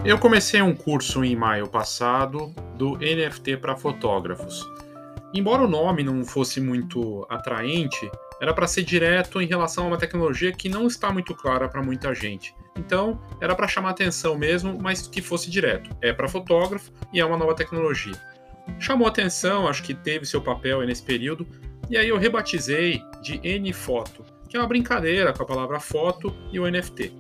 Eu comecei um curso em maio passado do NFT para fotógrafos. Embora o nome não fosse muito atraente, era para ser direto em relação a uma tecnologia que não está muito clara para muita gente. Então, era para chamar atenção mesmo, mas que fosse direto. É para fotógrafo e é uma nova tecnologia. Chamou atenção, acho que teve seu papel aí nesse período, e aí eu rebatizei de N-Foto, que é uma brincadeira com a palavra foto e o NFT.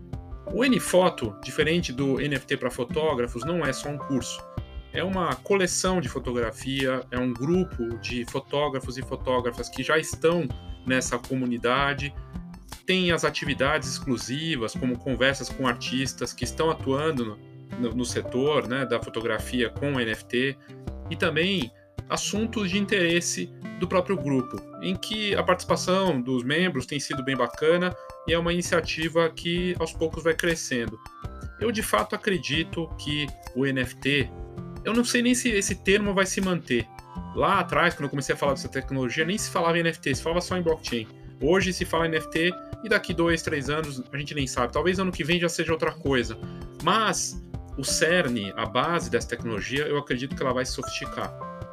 O N-Foto, diferente do NFT para fotógrafos, não é só um curso. É uma coleção de fotografia, é um grupo de fotógrafos e fotógrafas que já estão nessa comunidade. Tem as atividades exclusivas, como conversas com artistas que estão atuando no setor, né, da fotografia com NFT, e também assuntos de interesse do próprio grupo, em que a participação dos membros tem sido bem bacana e é uma iniciativa que aos poucos vai crescendo. Eu de fato acredito que o NFT, eu não sei nem se esse termo vai se manter. Lá atrás, quando eu comecei a falar dessa tecnologia, nem se falava em NFT, se falava só em blockchain. Hoje se fala em NFT e daqui 2, 3 anos a gente nem sabe. Talvez ano que vem já seja outra coisa. Mas o cerne, a base dessa tecnologia, eu acredito que ela vai se sofisticar.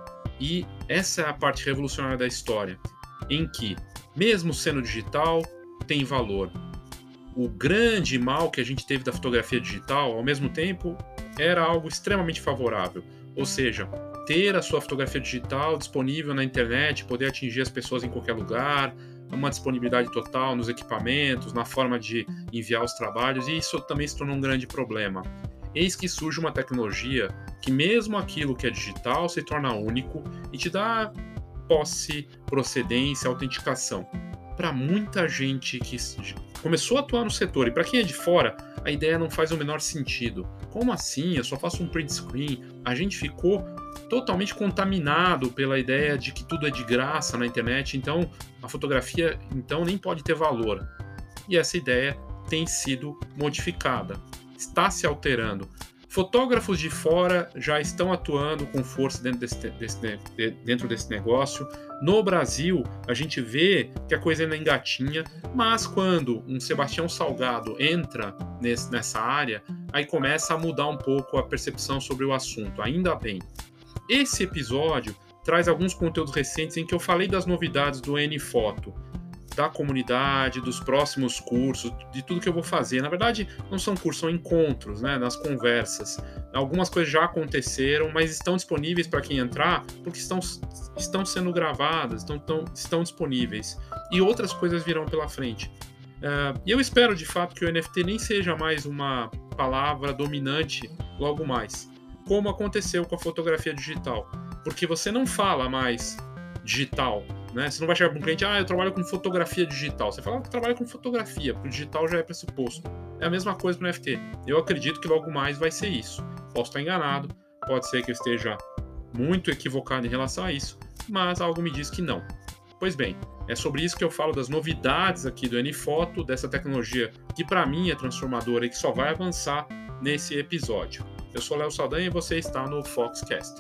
E essa é a parte revolucionária da história, em que, mesmo sendo digital, tem valor. O grande mal que a gente teve da fotografia digital, ao mesmo tempo, era algo extremamente favorável. Ou seja, ter a sua fotografia digital disponível na internet, poder atingir as pessoas em qualquer lugar, uma disponibilidade total nos equipamentos, na forma de enviar os trabalhos, e isso também se tornou um grande problema. Eis que surge uma tecnologia que, mesmo aquilo que é digital, se torna único e te dá posse, procedência, autenticação. Para muita gente que começou a atuar no setor, e para quem é de fora, a ideia não faz o menor sentido. Como assim? Eu só faço um print screen. A gente ficou totalmente contaminado pela ideia de que tudo é de graça na internet, então a fotografia então nem pode ter valor. E essa ideia tem sido modificada, está se alterando. Fotógrafos de fora já estão atuando com força dentro desse negócio. No Brasil, a gente vê que a coisa ainda engatinha, mas quando um Sebastião Salgado entra nessa área, aí começa a mudar um pouco a percepção sobre o assunto, ainda bem. Esse episódio traz alguns conteúdos recentes em que eu falei das novidades do N-Foto, da comunidade, dos próximos cursos, de tudo que eu vou fazer. Na verdade, não são cursos, são encontros, né, nas conversas. Algumas coisas já aconteceram, mas estão disponíveis para quem entrar, porque estão sendo gravadas, estão disponíveis. E outras coisas virão pela frente. E eu espero, de fato, que o NFT nem seja mais uma palavra dominante logo mais, como aconteceu com a fotografia digital. Porque você não fala mais digital, né? Você não vai chegar para um cliente, eu trabalho com fotografia digital. Você fala que trabalha com fotografia, porque o digital já é pressuposto. É a mesma coisa para o NFT. Eu acredito que logo mais vai ser isso. Posso estar enganado, pode ser que eu esteja muito equivocado em relação a isso, mas algo me diz que não. Pois bem, é sobre isso que eu falo das novidades aqui do N-Foto, dessa tecnologia que para mim é transformadora e que só vai avançar nesse episódio. Eu sou Léo Saldanha e você está no Foxcast.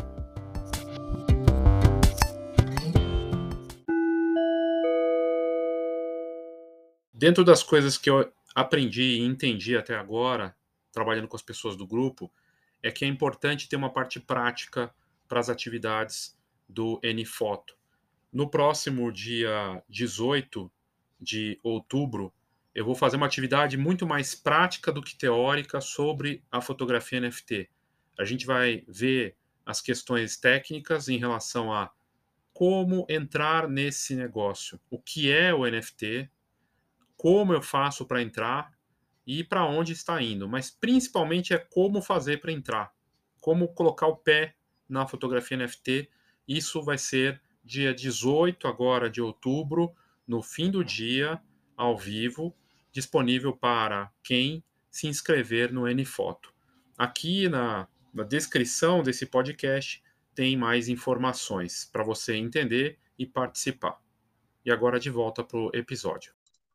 Dentro das coisas que eu aprendi e entendi até agora, trabalhando com as pessoas do grupo, é que é importante ter uma parte prática para as atividades do N-Foto. No próximo dia 18 de outubro, eu vou fazer uma atividade muito mais prática do que teórica sobre a fotografia NFT. A gente vai ver as questões técnicas em relação a como entrar nesse negócio, o que é o NFT, como eu faço para entrar e para onde está indo, mas principalmente é como fazer para entrar, como colocar o pé na fotografia NFT. Isso vai ser dia 18 agora de outubro, no fim do dia, ao vivo, disponível para quem se inscrever no N-Foto. Aqui na descrição desse podcast tem mais informações para você entender e participar. E agora de volta para o episódio.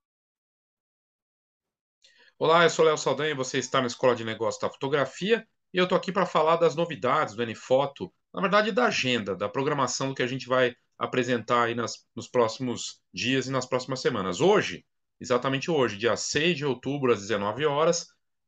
Olá, eu sou Léo Saldanha e você está na Escola de Negócios da Fotografia e eu estou aqui para falar das novidades do N-Foto, na verdade da agenda, da programação do que a gente vai apresentar aí nos próximos dias e nas próximas semanas. Hoje, exatamente hoje, dia 6 de outubro, às 19 horas,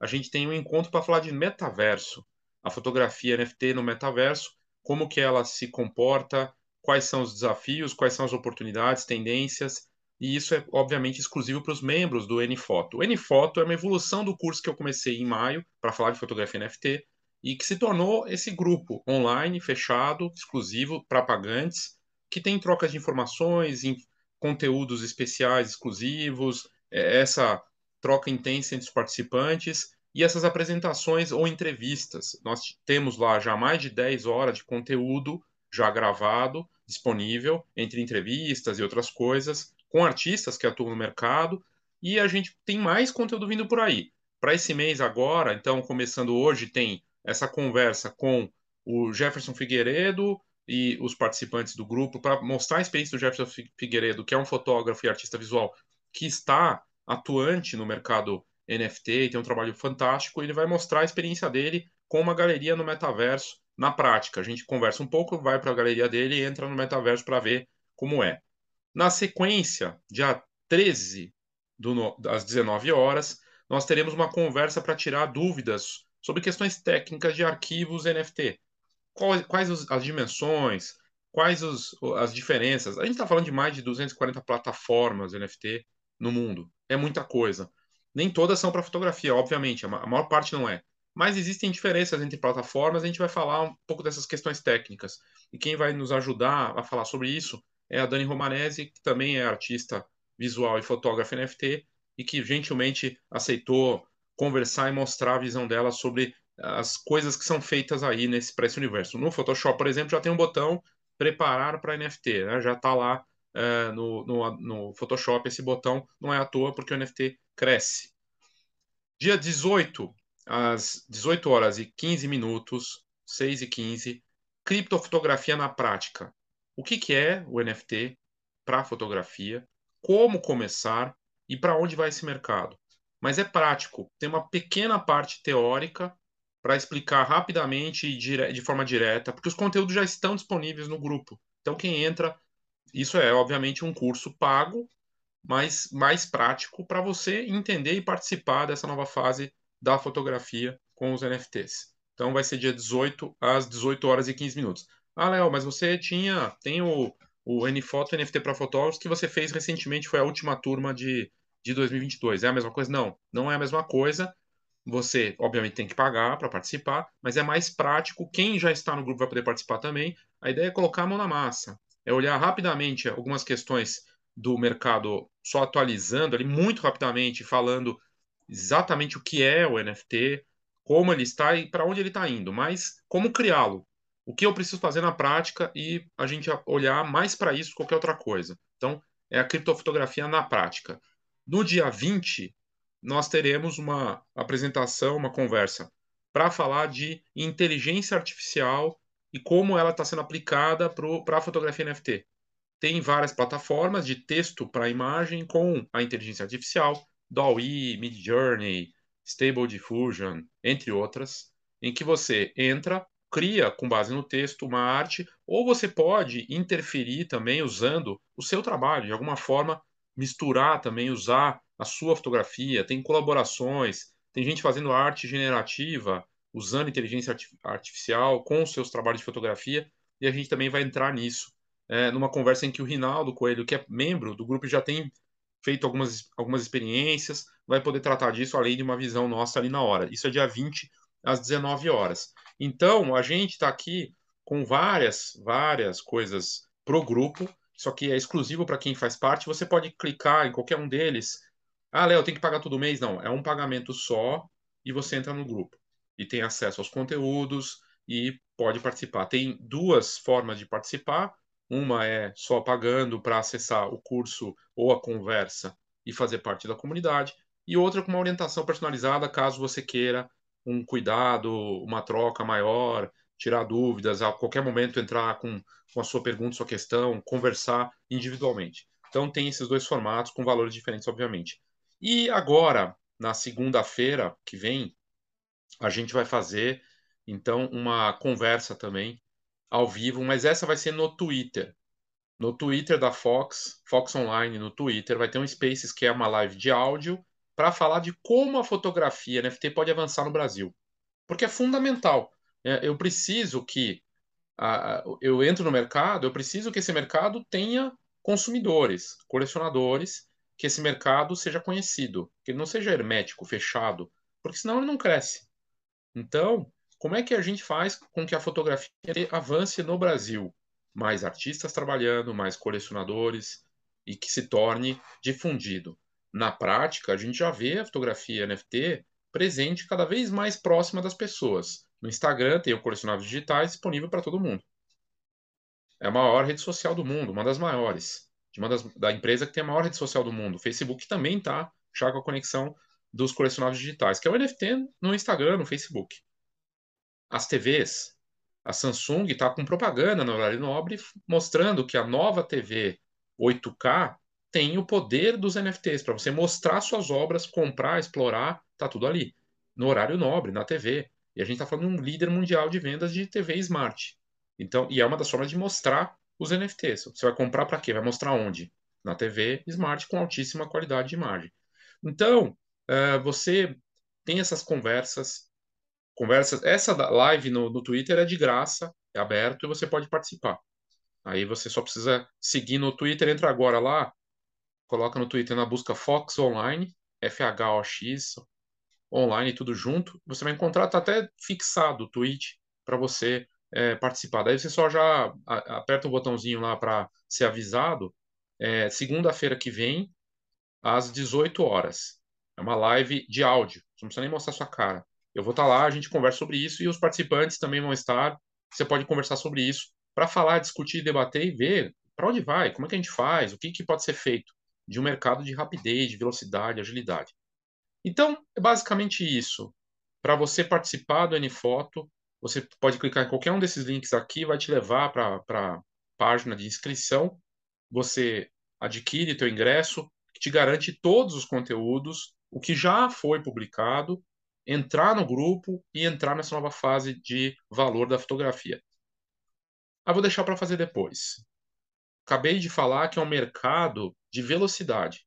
a gente tem um encontro para falar de metaverso, a fotografia NFT no metaverso, como que ela se comporta, quais são os desafios, quais são as oportunidades, tendências, e isso é obviamente exclusivo para os membros do NFoto. O NFoto é uma evolução do curso que eu comecei em maio para falar de fotografia NFT e que se tornou esse grupo online, fechado, exclusivo para pagantes, que tem trocas de informações, conteúdos especiais exclusivos, essa troca intensa entre os participantes e essas apresentações ou entrevistas. Nós temos lá já mais de 10 horas de conteúdo já gravado, disponível, entre entrevistas e outras coisas, com artistas que atuam no mercado, e a gente tem mais conteúdo vindo por aí. Para esse mês agora, então, começando hoje, tem essa conversa com o Jefferson Figueiredo e os participantes do grupo para mostrar a experiência do Jefferson Figueiredo, que é um fotógrafo e artista visual que está atuante no mercado NFT e tem um trabalho fantástico. Ele vai mostrar a experiência dele com uma galeria no metaverso na prática. A gente conversa um pouco, vai para a galeria dele e entra no metaverso para ver como é. Na sequência, dia 13, às 19 horas, nós teremos uma conversa para tirar dúvidas sobre questões técnicas de arquivos NFT. Quais as dimensões, as diferenças. A gente está falando de mais de 240 plataformas NFT no mundo. É muita coisa. Nem todas são para fotografia, obviamente, a maior parte não é. Mas existem diferenças entre plataformas, a gente vai falar um pouco dessas questões técnicas. E quem vai nos ajudar a falar sobre isso é a Dani Romanesi, que também é artista visual e fotógrafa NFT, e que gentilmente aceitou conversar e mostrar a visão dela sobre as coisas que são feitas aí para esse universo. No Photoshop, por exemplo, já tem um botão preparar para NFT, né? Já está lá no Photoshop esse botão, não é à toa porque o NFT cresce. Dia 18, às 18 horas e 15 minutos, 6 e 15, criptofotografia na prática. O que é o NFT para fotografia? Como começar e para onde vai esse mercado? Mas é prático, tem uma pequena parte teórica para explicar rapidamente e de forma direta, porque os conteúdos já estão disponíveis no grupo. Então, quem entra, isso é obviamente um curso pago, mas mais prático para você entender e participar dessa nova fase da fotografia com os NFTs. Então vai ser dia 18 às 18 horas e 15 minutos. Ah, Léo, mas você tem o NFoto NFT para fotógrafos que você fez recentemente, foi a última turma de 2022. É a mesma coisa? Não, não é a mesma coisa. Você, obviamente, tem que pagar para participar, mas é mais prático. Quem já está no grupo vai poder participar também. A ideia é colocar a mão na massa, é olhar rapidamente algumas questões do mercado, só atualizando ali muito rapidamente, falando exatamente o que é o NFT, como ele está e para onde ele está indo, mas como criá-lo. O que eu preciso fazer na prática e a gente olhar mais para isso que qualquer outra coisa. Então, é a criptofotografia na prática. No dia 20, nós teremos uma apresentação, uma conversa para falar de inteligência artificial e como ela está sendo aplicada para a fotografia NFT. Tem várias plataformas de texto para imagem com a inteligência artificial, DALL-E, Midjourney, Stable Diffusion, entre outras, em que você entra, cria com base no texto uma arte, ou você pode interferir também usando o seu trabalho, de alguma forma misturar também, usar a sua fotografia. Tem colaborações, tem gente fazendo arte generativa, usando inteligência artificial com os seus trabalhos de fotografia, e a gente também vai entrar nisso numa conversa em que o Rinaldo Coelho, que é membro do grupo, já tem feito algumas experiências, vai poder tratar disso além de uma visão nossa ali na hora. Isso é dia 20 às 19 horas. Então, a gente está aqui com várias coisas pro grupo, só que é exclusivo para quem faz parte. Você pode clicar em qualquer um deles. Ah, Léo, tem que pagar todo mês? Não, é um pagamento só e você entra no grupo. E tem acesso aos conteúdos e pode participar. Tem duas formas de participar. Uma é só pagando para acessar o curso ou a conversa e fazer parte da comunidade, e outra com uma orientação personalizada, caso você queira um cuidado, uma troca maior, tirar dúvidas, a qualquer momento entrar com a sua pergunta, sua questão, conversar individualmente. Então tem esses dois formatos com valores diferentes, obviamente. E agora, na segunda-feira que vem, a gente vai fazer então uma conversa também ao vivo, mas essa vai ser no Twitter. No Twitter da Fox, Fox Online no Twitter, vai ter um Spaces que é uma live de áudio para falar de como a fotografia NFT pode avançar no Brasil. Porque é fundamental. Eu preciso que eu entro no mercado, eu preciso que esse mercado tenha consumidores, colecionadores, que esse mercado seja conhecido, que ele não seja hermético, fechado, porque senão ele não cresce. Então, como é que a gente faz com que a fotografia avance no Brasil? Mais artistas trabalhando, mais colecionadores e que se torne difundido. Na prática, a gente já vê a fotografia NFT presente cada vez mais próxima das pessoas. No Instagram tem o colecionáveis digitais disponível para todo mundo. É a maior rede social do mundo, uma das maiores. Da empresa que tem a maior rede social do mundo. O Facebook também está já com a conexão dos colecionáveis digitais, que é o NFT no Instagram, no Facebook. As TVs, a Samsung está com propaganda no horário nobre mostrando que a nova TV 8K tem o poder dos NFTs para você mostrar suas obras, comprar, explorar, tá tudo ali no horário nobre, na TV. E a gente está falando de um líder mundial de vendas de TV Smart. Então, e é uma das formas de mostrar os NFTs. Você vai comprar para quê? Vai mostrar onde? Na TV Smart com altíssima qualidade de imagem. Então, você tem essas conversas. Essa live no Twitter é de graça, é aberto e você pode participar. Aí você só precisa seguir no Twitter, entra agora lá, coloca no Twitter na busca Fox Online, FHOX Online, tudo junto. Você vai encontrar, tá até fixado o tweet para você participar. Daí você só já aperta o botãozinho lá para ser avisado. Segunda-feira que vem, às 18 horas. É uma live de áudio. Você não precisa nem mostrar sua cara. Eu vou estar lá, a gente conversa sobre isso e os participantes também vão estar. Você pode conversar sobre isso para falar, discutir, debater e ver para onde vai, como é que a gente faz, o que, que pode ser feito de um mercado de rapidez, de velocidade, agilidade. Então, é basicamente isso. Para você participar do NFoto, você pode clicar em qualquer um desses links aqui, vai te levar para a página de inscrição. Você adquire teu ingresso, que te garante todos os conteúdos, o que já foi publicado, entrar no grupo e entrar nessa nova fase de valor da fotografia. Vou deixar para fazer depois. Acabei de falar que é um mercado de velocidade.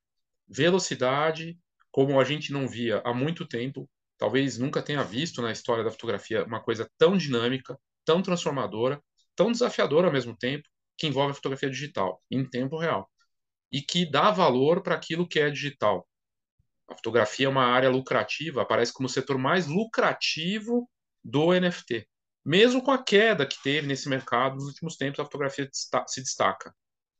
Velocidade, como a gente não via há muito tempo, talvez nunca tenha visto na história da fotografia uma coisa tão dinâmica, tão transformadora, tão desafiadora ao mesmo tempo, que envolve a fotografia digital, em tempo real, e que dá valor para aquilo que é digital. A fotografia é uma área lucrativa, aparece como o setor mais lucrativo do NFT. Mesmo com a queda que teve nesse mercado nos últimos tempos, a fotografia se destaca.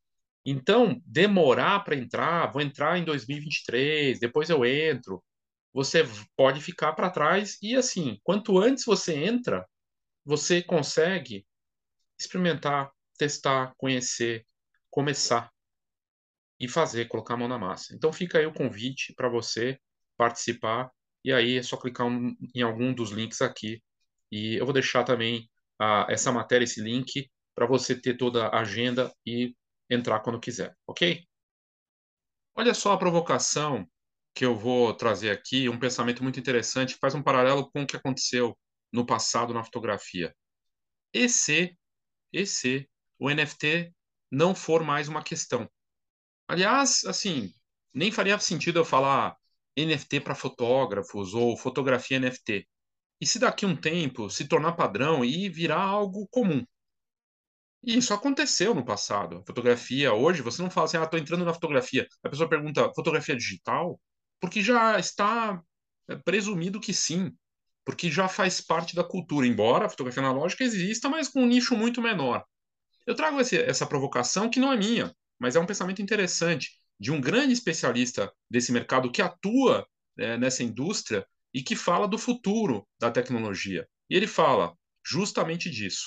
Então, demorar para entrar, vou entrar em 2023, depois eu entro, você pode ficar para trás e assim, quanto antes você entra, você consegue experimentar, testar, conhecer, começar e fazer, colocar a mão na massa. Então fica aí o convite para você participar e aí é só clicar em algum dos links aqui e eu vou deixar também essa matéria, esse link para você ter toda a agenda e entrar quando quiser, ok? Olha só a provocação que eu vou trazer aqui, um pensamento muito interessante que faz um paralelo com o que aconteceu no passado na fotografia. E se, e se o NFT não for mais uma questão? Aliás, assim, nem faria sentido eu falar NFT para fotógrafos ou fotografia NFT. E se daqui a um tempo se tornar padrão e virar algo comum? E isso aconteceu no passado. A fotografia, hoje, você não fala assim, estou entrando na fotografia. A pessoa pergunta, fotografia digital? Porque já está presumido que sim, porque já faz parte da cultura, embora a fotografia analógica exista, mas com um nicho muito menor. Eu trago essa provocação que não é minha, mas é um pensamento interessante de um grande especialista desse mercado que atua nessa indústria e que fala do futuro da tecnologia. E ele fala justamente disso.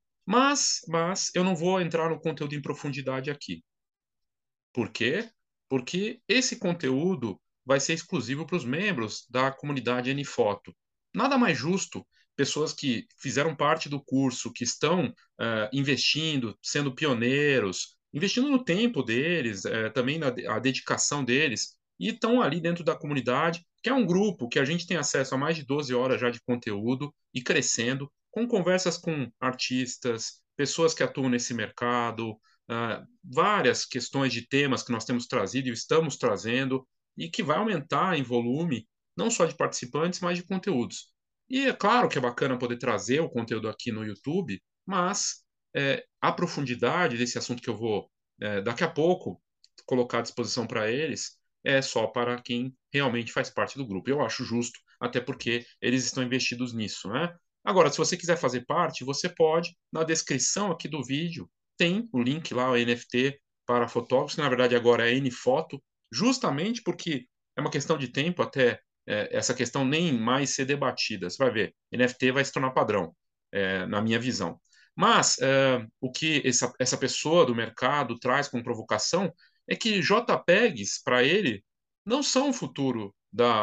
Mas eu não vou entrar no conteúdo em profundidade aqui. Por quê? Porque esse conteúdo vai ser exclusivo para os membros da comunidade NFoto. Nada mais justo pessoas que fizeram parte do curso, que estão investindo, sendo pioneiros, investindo no tempo deles, também na a dedicação deles, e estão ali dentro da comunidade, que é um grupo que a gente tem acesso a mais de 12 horas já de conteúdo e crescendo, com conversas com artistas, pessoas que atuam nesse mercado, várias questões de temas que nós temos trazido e estamos trazendo. e que vai aumentar em volume, não só de participantes, mas de conteúdos. E é claro que é bacana poder trazer o conteúdo aqui no YouTube, mas a profundidade desse assunto que eu vou daqui a pouco colocar à disposição para eles é só para quem realmente faz parte do grupo. Eu acho justo, até porque eles estão investidos nisso, né? Agora, se você quiser fazer parte, você pode, na descrição aqui do vídeo, tem o link lá, o NFT para fotógrafos, que na verdade agora é NFoto, justamente porque é uma questão de tempo até essa questão nem mais ser debatida. Você vai ver, NFT vai se tornar padrão, na minha visão. Mas o que essa pessoa do mercado traz como provocação é que JPEGs, para ele, não são o futuro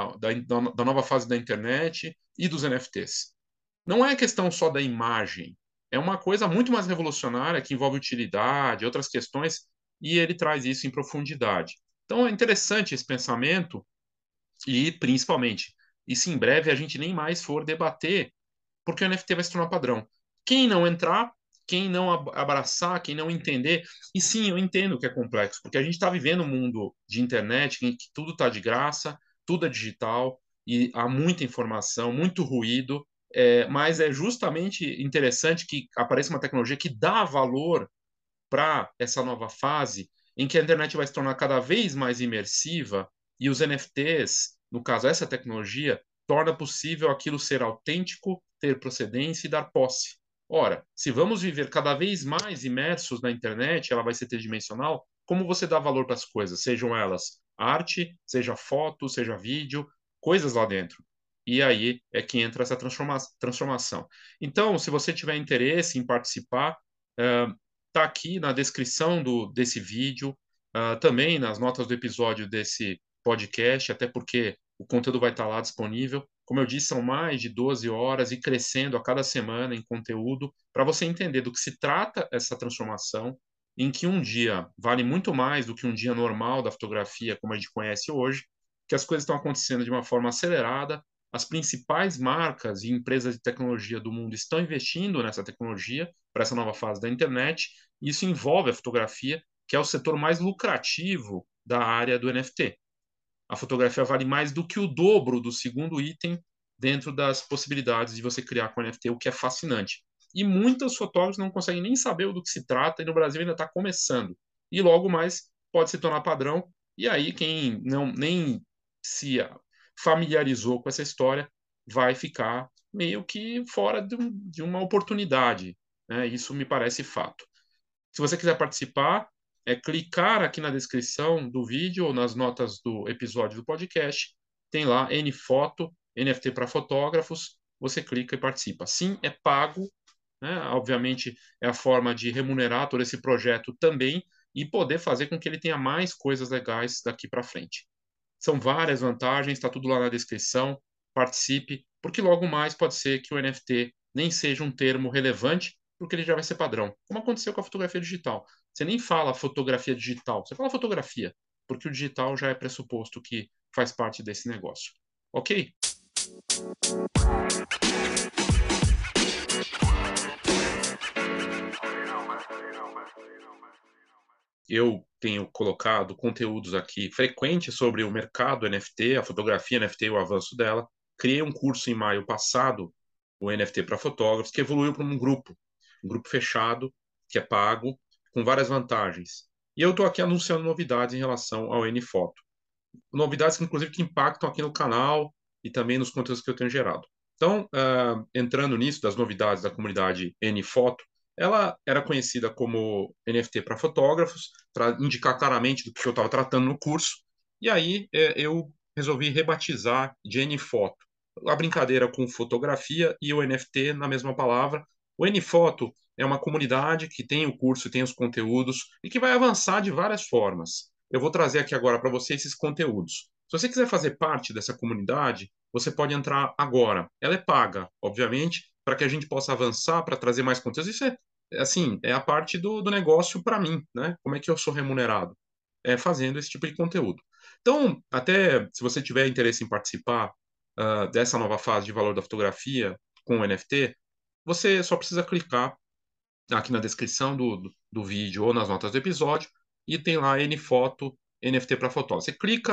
da nova fase da internet e dos NFTs. Não é questão só da imagem, é uma coisa muito mais revolucionária que envolve utilidade, outras questões, e ele traz isso em profundidade. Então é interessante esse pensamento e, principalmente, e se em breve a gente nem mais for debater, porque o NFT vai se tornar padrão. Quem não entrar, quem não abraçar, quem não entender, e sim, eu entendo que é complexo, porque a gente está vivendo um mundo de internet em que tudo está de graça, tudo é digital, e há muita informação, muito ruído, mas é justamente interessante que apareça uma tecnologia que dá valor para essa nova fase em que a internet vai se tornar cada vez mais imersiva e os NFTs, no caso essa tecnologia, torna possível aquilo ser autêntico, ter procedência e dar posse. Ora, se vamos viver cada vez mais imersos na internet, ela vai ser tridimensional, como você dá valor para as coisas, sejam elas arte, seja foto, seja vídeo, coisas lá dentro. E aí é que entra essa transformação. Então, se você tiver interesse em participar, está aqui na descrição desse vídeo, também nas notas do episódio desse podcast, até porque o conteúdo vai estar lá disponível. Como eu disse, são mais de 12 horas e crescendo a cada semana em conteúdo, para você entender do que se trata essa transformação, em que um dia vale muito mais do que um dia normal da fotografia, como a gente conhece hoje, que as coisas estão acontecendo de uma forma acelerada, as principais marcas e empresas de tecnologia do mundo estão investindo nessa tecnologia para essa nova fase da internet. E isso envolve a fotografia, que é o setor mais lucrativo da área do NFT. A fotografia vale mais do que o dobro do segundo item dentro das possibilidades de você criar com NFT, o que é fascinante. E muitos fotógrafos não conseguem nem saber do que se trata, e no Brasil ainda está começando. E logo mais pode se tornar padrão. E aí, quem não nem se familiarizou com essa história vai ficar meio que fora de uma oportunidade. Né? Isso me parece fato. Se você quiser participar, é clicar aqui na descrição do vídeo ou nas notas do episódio do podcast. Tem lá NFoto, NFT para fotógrafos. Você clica e participa. Sim, é pago, né? Obviamente é a forma de remunerar todo esse projeto também e poder fazer com que ele tenha mais coisas legais daqui para frente. São várias vantagens, está tudo lá na descrição. Participe, porque logo mais pode ser que o NFT nem seja um termo relevante, porque ele já vai ser padrão. Como aconteceu com a fotografia digital. Você nem fala fotografia digital, você fala fotografia, porque o digital já é pressuposto que faz parte desse negócio. Ok? Eu tenho colocado conteúdos aqui frequentes sobre o mercado NFT, a fotografia NFT e o avanço dela. Criei um curso em maio passado, o NFT para fotógrafos, que evoluiu para um grupo fechado, que é pago, com várias vantagens. E eu estou aqui anunciando novidades em relação ao NFoto. Novidades que, inclusive, que impactam aqui no canal e também nos conteúdos que eu tenho gerado. Então, entrando nisso, das novidades da comunidade NFoto, ela era conhecida como NFT para fotógrafos, para indicar claramente do que eu estava tratando no curso, e aí eu resolvi rebatizar de NFoto. A brincadeira com fotografia e o NFT na mesma palavra. O NFoto é uma comunidade que tem o curso e tem os conteúdos e que vai avançar de várias formas. Eu vou trazer aqui agora para você esses conteúdos. Se você quiser fazer parte dessa comunidade, você pode entrar agora. Ela é paga, obviamente, para que a gente possa avançar, para trazer mais conteúdos. Isso assim, é a parte do negócio para mim, né? Como é que eu sou remunerado? Fazendo esse tipo de conteúdo. Então, até se você tiver interesse em participar dessa nova fase de valor da fotografia com o NFT, você só precisa clicar aqui na descrição do vídeo ou nas notas do episódio e tem lá NFoto, NFT para fotógrafo. Você clica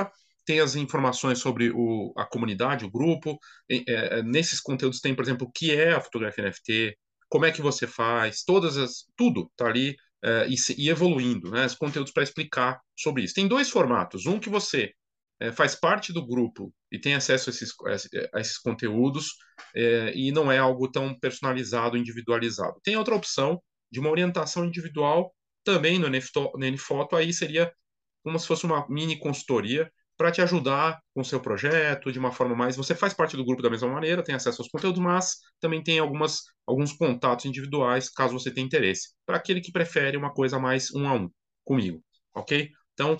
tem as informações sobre a comunidade, o grupo. Nesses conteúdos tem, por exemplo, o que é a fotografia NFT, como é que você faz, tudo está ali e evoluindo, né? Os conteúdos para explicar sobre isso. Tem dois formatos. Um que você faz parte do grupo e tem acesso a esses conteúdos e não é algo tão personalizado, individualizado. Tem outra opção de uma orientação individual também no NFoto, aí seria como se fosse uma mini consultoria para te ajudar com o seu projeto de uma forma mais. Você faz parte do grupo da mesma maneira, tem acesso aos conteúdos, mas também tem alguns contatos individuais, caso você tenha interesse, para aquele que prefere uma coisa mais um a um comigo, ok? Então,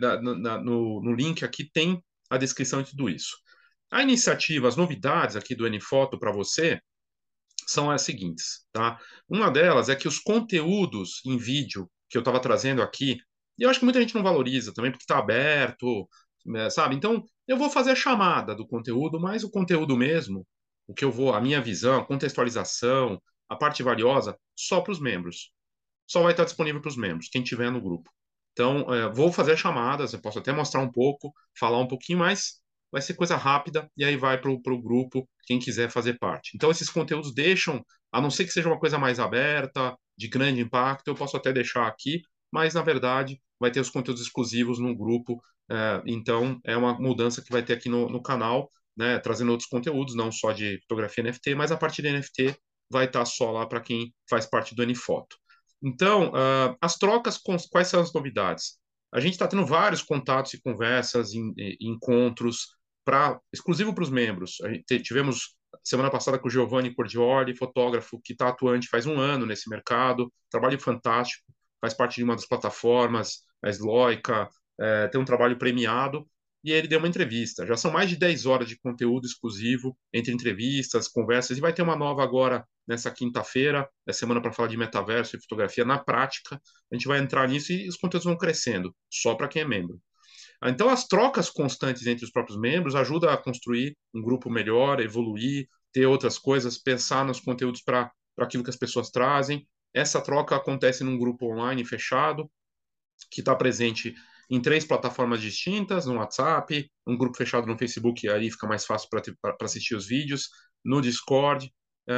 no link aqui tem a descrição de tudo isso. A iniciativa, as novidades aqui do NFoto para você são as seguintes, tá? Uma delas é que os conteúdos em vídeo que eu estava trazendo aqui, e eu acho que muita gente não valoriza também, porque está aberto, né, sabe? Então, eu vou fazer a chamada do conteúdo, mas o conteúdo mesmo, a minha visão, a contextualização, a parte valiosa, só para os membros. Só vai estar disponível para os membros, quem tiver no grupo. Então, vou fazer chamadas, eu posso até mostrar um pouco, falar um pouquinho, mas vai ser coisa rápida e aí vai para o grupo quem quiser fazer parte. Então, esses conteúdos deixam, a não ser que seja uma coisa mais aberta, de grande impacto, eu posso até deixar aqui, mas na verdade vai ter os conteúdos exclusivos no grupo. Então, é uma mudança que vai ter aqui no canal, né, trazendo outros conteúdos, não só de fotografia NFT, mas a partir de NFT vai estar só lá para quem faz parte do NFoto. Então, as trocas, quais são as novidades? A gente está tendo vários contatos e conversas, encontros exclusivo para os membros. Tivemos semana passada com o Giovanni Cordioli, fotógrafo que está atuante faz um ano nesse mercado, trabalho fantástico, faz parte de uma das plataformas, a Sloica, tem um trabalho premiado, e ele deu uma entrevista. Já são mais de 10 horas de conteúdo exclusivo, entre entrevistas, conversas, e vai ter uma nova agora nessa quinta-feira, é semana para falar de metaverso e fotografia na prática. A gente vai entrar nisso e os conteúdos vão crescendo, só para quem é membro. Então, as trocas constantes entre os próprios membros ajudam a construir um grupo melhor, evoluir, ter outras coisas, pensar nos conteúdos para aquilo que as pessoas trazem. Essa troca acontece num grupo online fechado, que está presente em 3 plataformas distintas, no WhatsApp, um grupo fechado no Facebook, aí fica mais fácil para assistir os vídeos, no Discord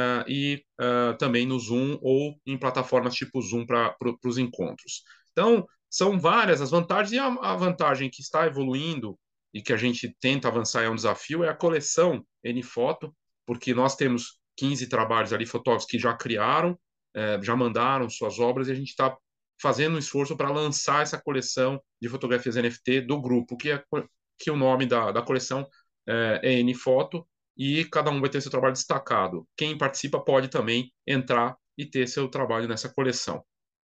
também no Zoom ou em plataformas tipo Zoom para os encontros. Então, são várias as vantagens, e a vantagem que está evoluindo e que a gente tenta avançar é um desafio, é a coleção NFoto, porque nós temos 15 trabalhos ali, fotógrafos que já criaram, já mandaram suas obras, e a gente está fazendo um esforço para lançar essa coleção de fotografias NFT do grupo, que o nome da coleção é NFoto, e cada um vai ter seu trabalho destacado. Quem participa pode também entrar e ter seu trabalho nessa coleção.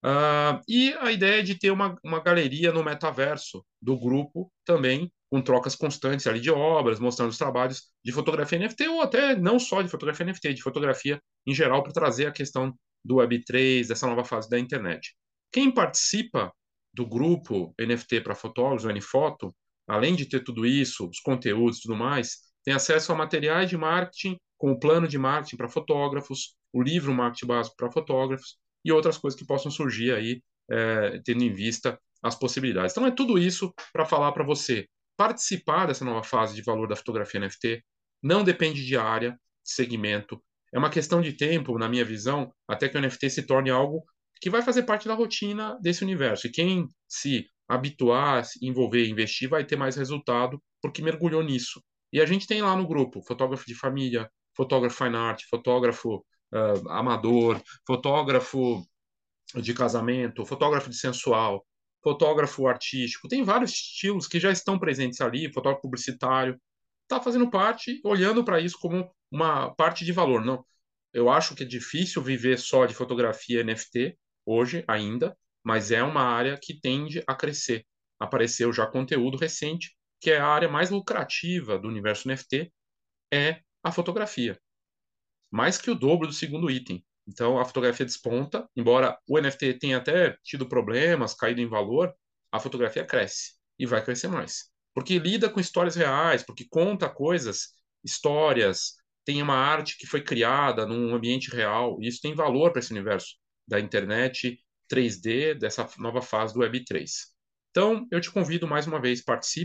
E a ideia é de ter uma galeria no metaverso do grupo também, com trocas constantes ali de obras, mostrando os trabalhos de fotografia NFT, ou até não só de fotografia NFT, de fotografia em geral, para trazer a questão do Web3, dessa nova fase da internet. Quem participa do grupo NFT para fotógrafos, o NFoto, além de ter tudo isso, os conteúdos e tudo mais, tem acesso a materiais de marketing, com o plano de marketing para fotógrafos, o livro Marketing Básico para fotógrafos e outras coisas que possam surgir aí, tendo em vista as possibilidades. Então, é tudo isso para falar para você participar dessa nova fase de valor da fotografia NFT. Não depende de área, de segmento. É uma questão de tempo, na minha visão, até que o NFT se torne algo que vai fazer parte da rotina desse universo. E quem se habituar, se envolver, investir, vai ter mais resultado porque mergulhou nisso. E a gente tem lá no grupo fotógrafo de família, fotógrafo fine art, fotógrafo amador, fotógrafo de casamento, fotógrafo de sensual, fotógrafo artístico. Tem vários estilos que já estão presentes ali, fotógrafo publicitário. Está fazendo parte, olhando para isso como uma parte de valor. Não, eu acho que é difícil viver só de fotografia NFT hoje ainda, mas é uma área que tende a crescer. Apareceu já conteúdo recente, que é a área mais lucrativa do universo NFT, é a fotografia. Mais que o dobro do segundo item. Então a fotografia desponta, embora o NFT tenha até tido problemas, caído em valor, a fotografia cresce e vai crescer mais. Porque lida com histórias reais, porque conta coisas, histórias, tem uma arte que foi criada num ambiente real, e isso tem valor para esse universo da internet 3D, dessa nova fase do Web3. Então, eu te convido mais uma vez, participe.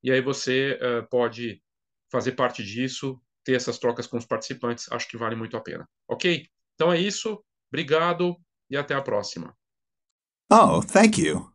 e aí você pode fazer parte disso, ter essas trocas com os participantes, acho que vale muito a pena. Ok? Então é isso, obrigado e até a próxima. Oh, thank you.